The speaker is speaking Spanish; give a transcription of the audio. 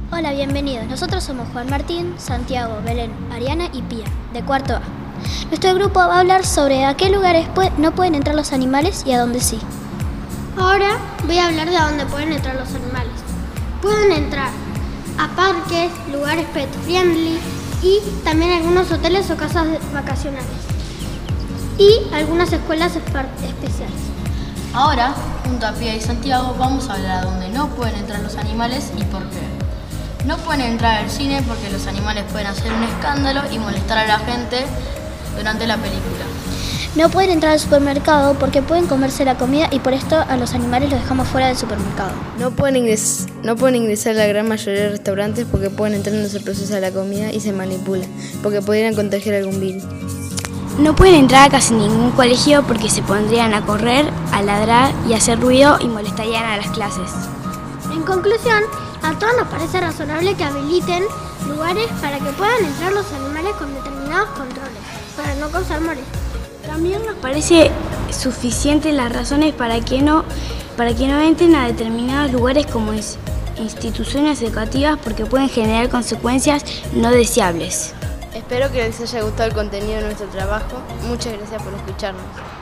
Hola, bienvenidos. Nosotros somos Juan Martín, Santiago, Belén, Ariana y Pía, de cuarto A. Nuestro grupo va a hablar sobre a qué lugares no pueden entrar los animales y a dónde sí. Ahora voy a hablar de a dónde pueden entrar los animales. Pueden entrar a parques, lugares pet friendly y también algunos hoteles o casas vacacionales. Y algunas escuelas especiales. Ahora, junto a Pía y Santiago, vamos a hablar a dónde no pueden entrar los animales y por qué. No pueden entrar al cine porque los animales pueden hacer un escándalo y molestar a la gente durante la película. No pueden entrar al supermercado porque pueden comerse la comida y por esto a los animales los dejamos fuera del supermercado. No pueden ingresar a la gran mayoría de restaurantes porque pueden entrar en el proceso de la comida y se manipulan, porque podrían contagiar algún virus. No pueden entrar a casi ningún colegio porque se pondrían a correr, a ladrar y a hacer ruido y molestarían a las clases. En conclusión, a todos nos parece razonable que habiliten lugares para que puedan entrar los animales con determinados controles, para no causar molestias. También nos parece suficiente las razones para que no entren a determinados lugares como instituciones educativas porque pueden generar consecuencias no deseables. Espero que les haya gustado el contenido de nuestro trabajo. Muchas gracias por escucharnos.